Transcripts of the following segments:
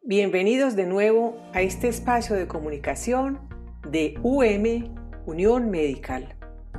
Bienvenidos de nuevo a este espacio de comunicación de Unión Medical.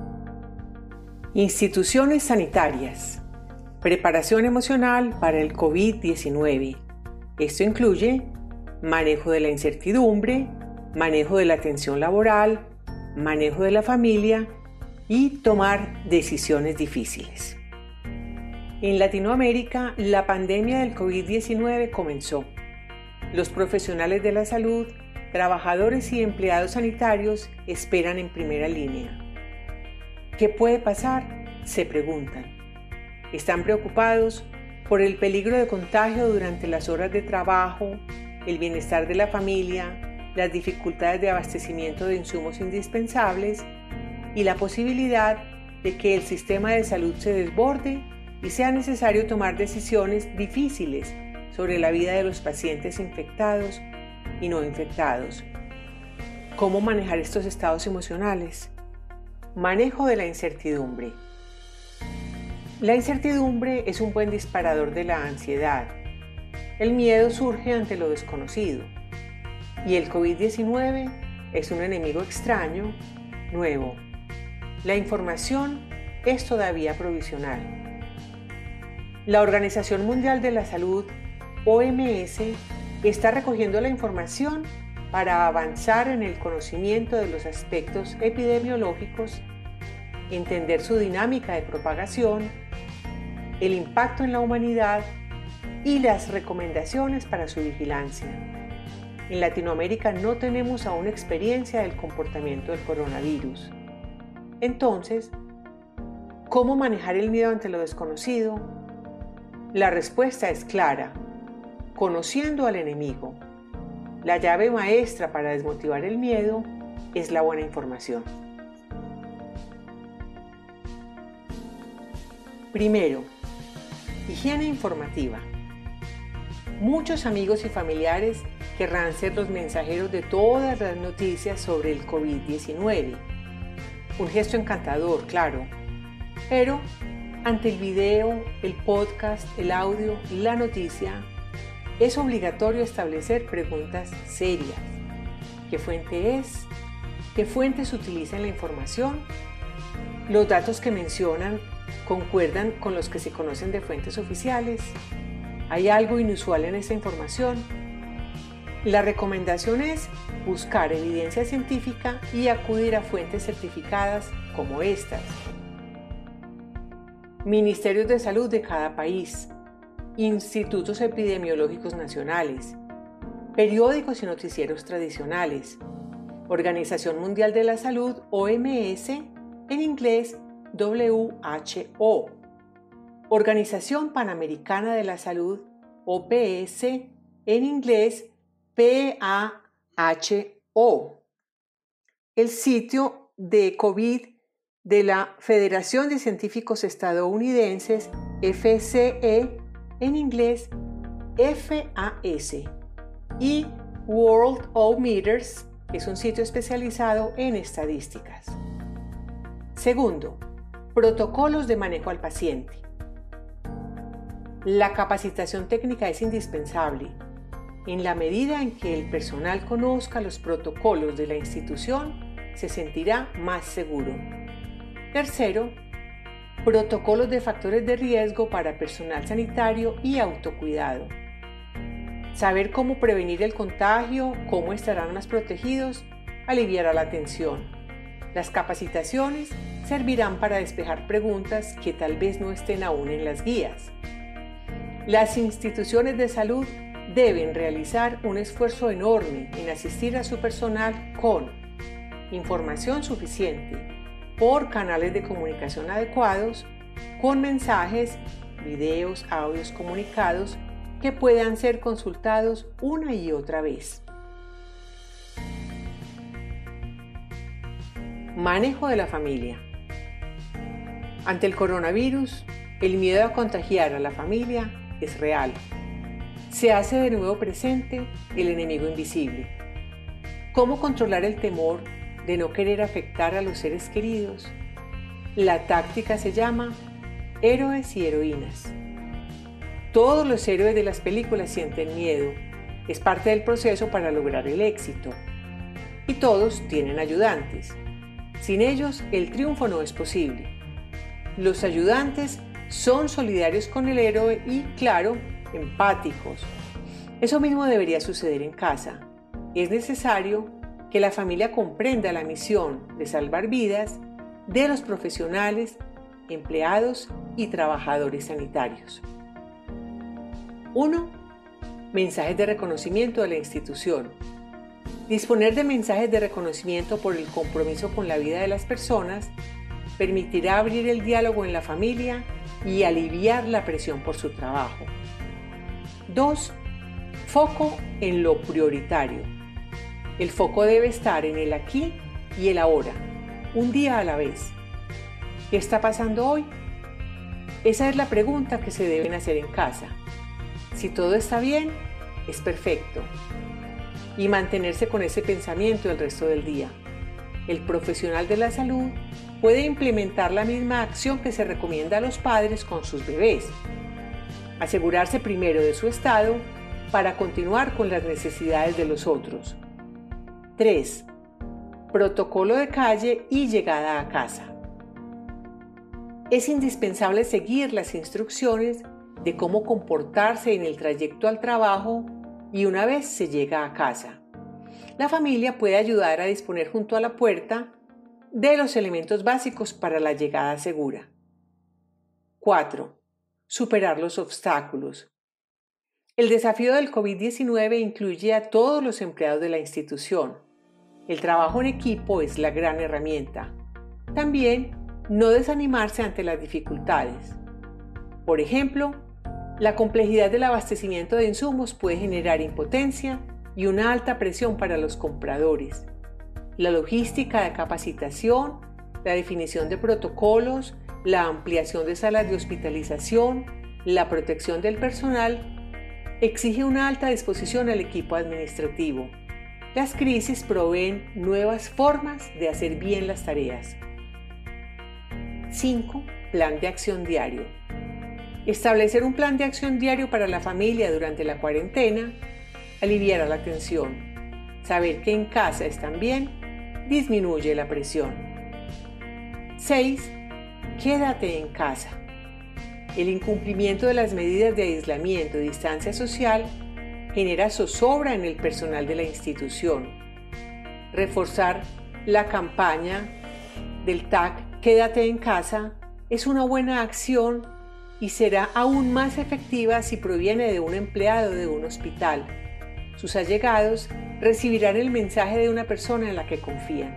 Instituciones sanitarias. Preparación emocional para el COVID-19. Esto incluye manejo de la incertidumbre, manejo de la tensión laboral, manejo de la familia y tomar decisiones difíciles. En Latinoamérica, la pandemia del COVID-19 comenzó. Los profesionales de la salud, trabajadores y empleados sanitarios esperan en primera línea. ¿Qué puede pasar?, se preguntan. Están preocupados por el peligro de contagio durante las horas de trabajo, el bienestar de la familia, las dificultades de abastecimiento de insumos indispensables y la posibilidad de que el sistema de salud se desborde y sea necesario tomar decisiones difíciles sobre la vida de los pacientes infectados y no infectados. ¿Cómo manejar estos estados emocionales? Manejo de la incertidumbre. La incertidumbre es un buen disparador de la ansiedad. El miedo surge ante lo desconocido. Y el COVID-19 es un enemigo extraño, nuevo. La información es todavía provisional. La Organización Mundial de la Salud, OMS, está recogiendo la información para avanzar en el conocimiento de los aspectos epidemiológicos, entender su dinámica de propagación, el impacto en la humanidad y las recomendaciones para su vigilancia. En Latinoamérica no tenemos aún experiencia del comportamiento del coronavirus. Entonces, ¿cómo manejar el miedo ante lo desconocido? La respuesta es clara: conociendo al enemigo. La llave maestra para desmotivar el miedo es la buena información. Primero, higiene informativa. Muchos amigos y familiares querrán ser los mensajeros de todas las noticias sobre el COVID-19. Un gesto encantador, claro, pero ante el video, el podcast, el audio y la noticia, es obligatorio establecer preguntas serias. ¿Qué fuente es? ¿Qué fuentes utilizan la información? ¿Los datos que mencionan concuerdan con los que se conocen de fuentes oficiales? ¿Hay algo inusual en esta información? La recomendación es buscar evidencia científica y acudir a fuentes certificadas como estas. Ministerios de salud de cada país, institutos epidemiológicos nacionales, periódicos y noticieros tradicionales, Organización Mundial de la Salud, OMS, en inglés WHO, Organización Panamericana de la Salud, OPS, en inglés PAHO, el sitio de COVID de la Federación de Científicos Estadounidenses, FCE, en inglés FAS, y Worldometers, que es un sitio especializado en estadísticas. Segundo, protocolos de manejo al paciente. La capacitación técnica es indispensable. En la medida en que el personal conozca los protocolos de la institución, se sentirá más seguro. Tercero, protocolos de factores de riesgo para personal sanitario y autocuidado. Saber cómo prevenir el contagio, cómo estarán más protegidos, aliviará la tensión. Las capacitaciones servirán para despejar preguntas que tal vez no estén aún en las guías. Las instituciones de salud deben realizar un esfuerzo enorme en asistir a su personal con información suficiente, por canales de comunicación adecuados, con mensajes, videos, audios, comunicados que puedan ser consultados una y otra vez. Manejo de la familia. Ante el coronavirus, el miedo a contagiar a la familia es real. Se hace de nuevo presente el enemigo invisible. ¿Cómo controlar el temor de no querer afectar a los seres queridos? La táctica se llama héroes y heroínas. Todos los héroes de las películas sienten miedo, Es parte del proceso para lograr el éxito. Y todos tienen ayudantes. Sin ellos, el triunfo no es posible. Los ayudantes son solidarios con el héroe y, claro, empáticos. Eso mismo debería suceder en casa. Es necesario que la familia comprenda la misión de salvar vidas de los profesionales, empleados y trabajadores sanitarios. 1. Mensajes de reconocimiento de la institución. Disponer de mensajes de reconocimiento por el compromiso con la vida de las personas permitirá abrir el diálogo en la familia y aliviar la presión por su trabajo. 2. Foco en lo prioritario. El foco debe estar en el aquí y el ahora, un día a la vez. ¿Qué está pasando hoy? Esa es la pregunta que se deben hacer en casa. Si todo está bien, es perfecto. Y mantenerse con ese pensamiento el resto del día. El profesional de la salud puede implementar la misma acción que se recomienda a los padres con sus bebés. Asegurarse primero de su estado para continuar con las necesidades de los otros. 3. Protocolo de calle y llegada a casa. Es indispensable seguir las instrucciones de cómo comportarse en el trayecto al trabajo y una vez se llega a casa. La familia puede ayudar a disponer junto a la puerta de los elementos básicos para la llegada segura. 4. Superar los obstáculos. El desafío del COVID-19 incluye a todos los empleados de la institución. El trabajo en equipo es la gran herramienta. También, no desanimarse ante las dificultades. Por ejemplo, la complejidad del abastecimiento de insumos puede generar impotencia y una alta presión para los compradores. La logística de capacitación, la definición de protocolos, la ampliación de salas de hospitalización, la protección del personal, exige una alta disposición al equipo administrativo. Las crisis proveen nuevas formas de hacer bien las tareas. 5. Plan de acción diario. Establecer un plan de acción diario para la familia durante la cuarentena aliviará la tensión. Saber que en casa están bien disminuye la presión. 6. Quédate en casa. El incumplimiento de las medidas de aislamiento y distancia social genera zozobra en el personal de la institución. Reforzar la campaña del tag Quédate en casa es una buena acción y será aún más efectiva si proviene de un empleado de un hospital. Sus allegados recibirán el mensaje de una persona en la que confían.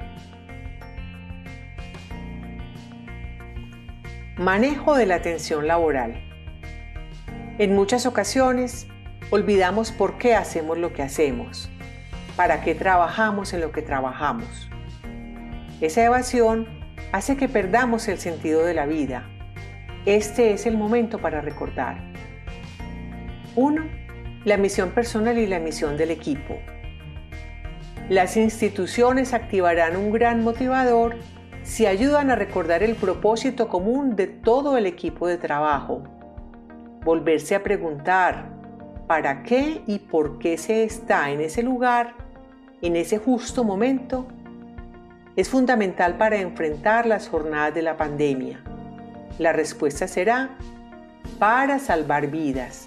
Manejo de la atención laboral. En muchas ocasiones olvidamos por qué hacemos lo que hacemos, para qué trabajamos en lo que trabajamos. Esa evasión hace que perdamos el sentido de la vida. Este es el momento para recordar. 1. La misión personal y la misión del equipo. Las instituciones activarán un gran motivador si ayudan a recordar el propósito común de todo el equipo de trabajo. Volverse a preguntar para qué y por qué se está en ese lugar, en ese justo momento, es fundamental para enfrentar las jornadas de la pandemia. La respuesta será para salvar vidas.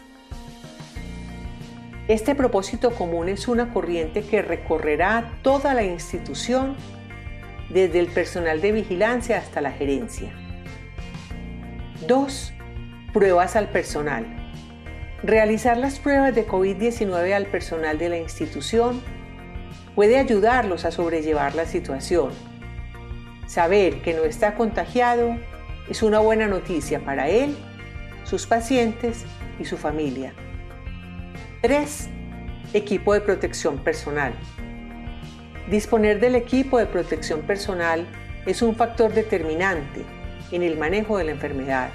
Este propósito común es una corriente que recorrerá toda la institución, desde el personal de vigilancia hasta la gerencia. 2. Pruebas al personal. Realizar las pruebas de COVID-19 al personal de la institución puede ayudarlos a sobrellevar la situación. Saber que no está contagiado es una buena noticia para él, sus pacientes y su familia. 3. Equipo de protección personal. Disponer del equipo de protección personal es un factor determinante en el manejo de la enfermedad.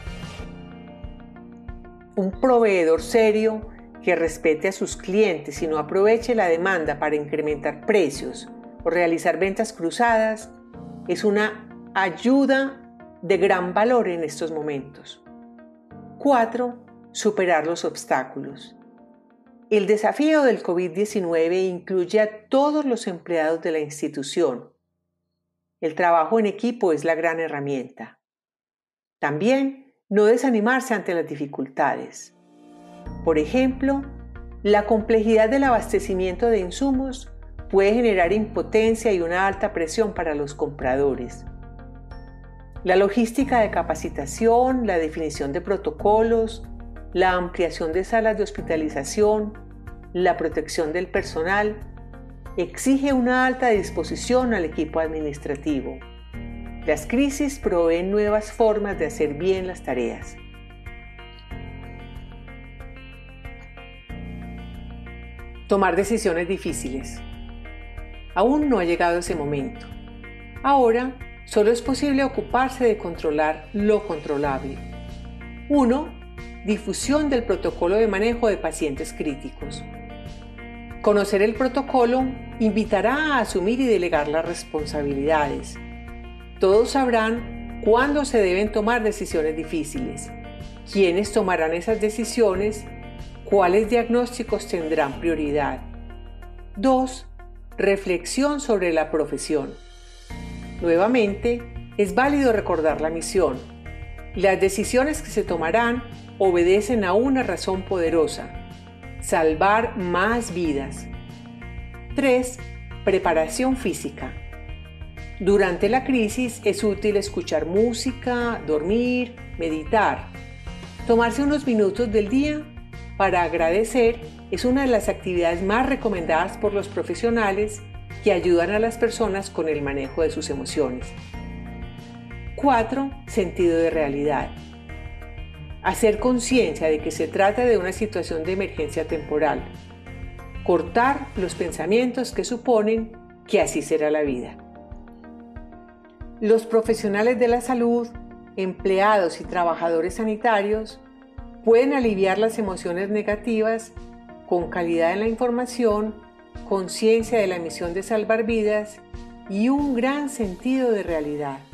Un proveedor serio que respete a sus clientes y no aproveche la demanda para incrementar precios o realizar ventas cruzadas es una ayuda de gran valor en estos momentos. 4. Superar los obstáculos. El desafío del COVID-19 incluye a todos los empleados de la institución. El trabajo en equipo es la gran herramienta. También, no desanimarse ante las dificultades. Por ejemplo, la complejidad del abastecimiento de insumos puede generar impotencia y una alta presión para los compradores. La logística de capacitación, la definición de protocolos, la ampliación de salas de hospitalización, la protección del personal, exige una alta disposición al equipo administrativo. Las crisis proveen nuevas formas de hacer bien las tareas. Tomar decisiones difíciles. Aún no ha llegado ese momento. Ahora, solo es posible ocuparse de controlar lo controlable. 1. Difusión del protocolo de manejo de pacientes críticos. Conocer el protocolo invitará a asumir y delegar las responsabilidades. Todos sabrán cuándo se deben tomar decisiones difíciles, quiénes tomarán esas decisiones, cuáles diagnósticos tendrán prioridad. 2. Reflexión sobre la profesión. Nuevamente, es válido recordar la misión. Las decisiones que se tomarán obedecen a una razón poderosa: salvar más vidas. 3. Preparación física. Durante la crisis es útil escuchar música, dormir, meditar. Tomarse unos minutos del día para agradecer es una de las actividades más recomendadas por los profesionales que ayudan a las personas con el manejo de sus emociones. 4. Sentido de realidad. Hacer conciencia de que se trata de una situación de emergencia temporal. Cortar los pensamientos que suponen que así será la vida. Los profesionales de la salud, empleados y trabajadores sanitarios pueden aliviar las emociones negativas con calidad en la información, conciencia de la misión de salvar vidas y un gran sentido de realidad.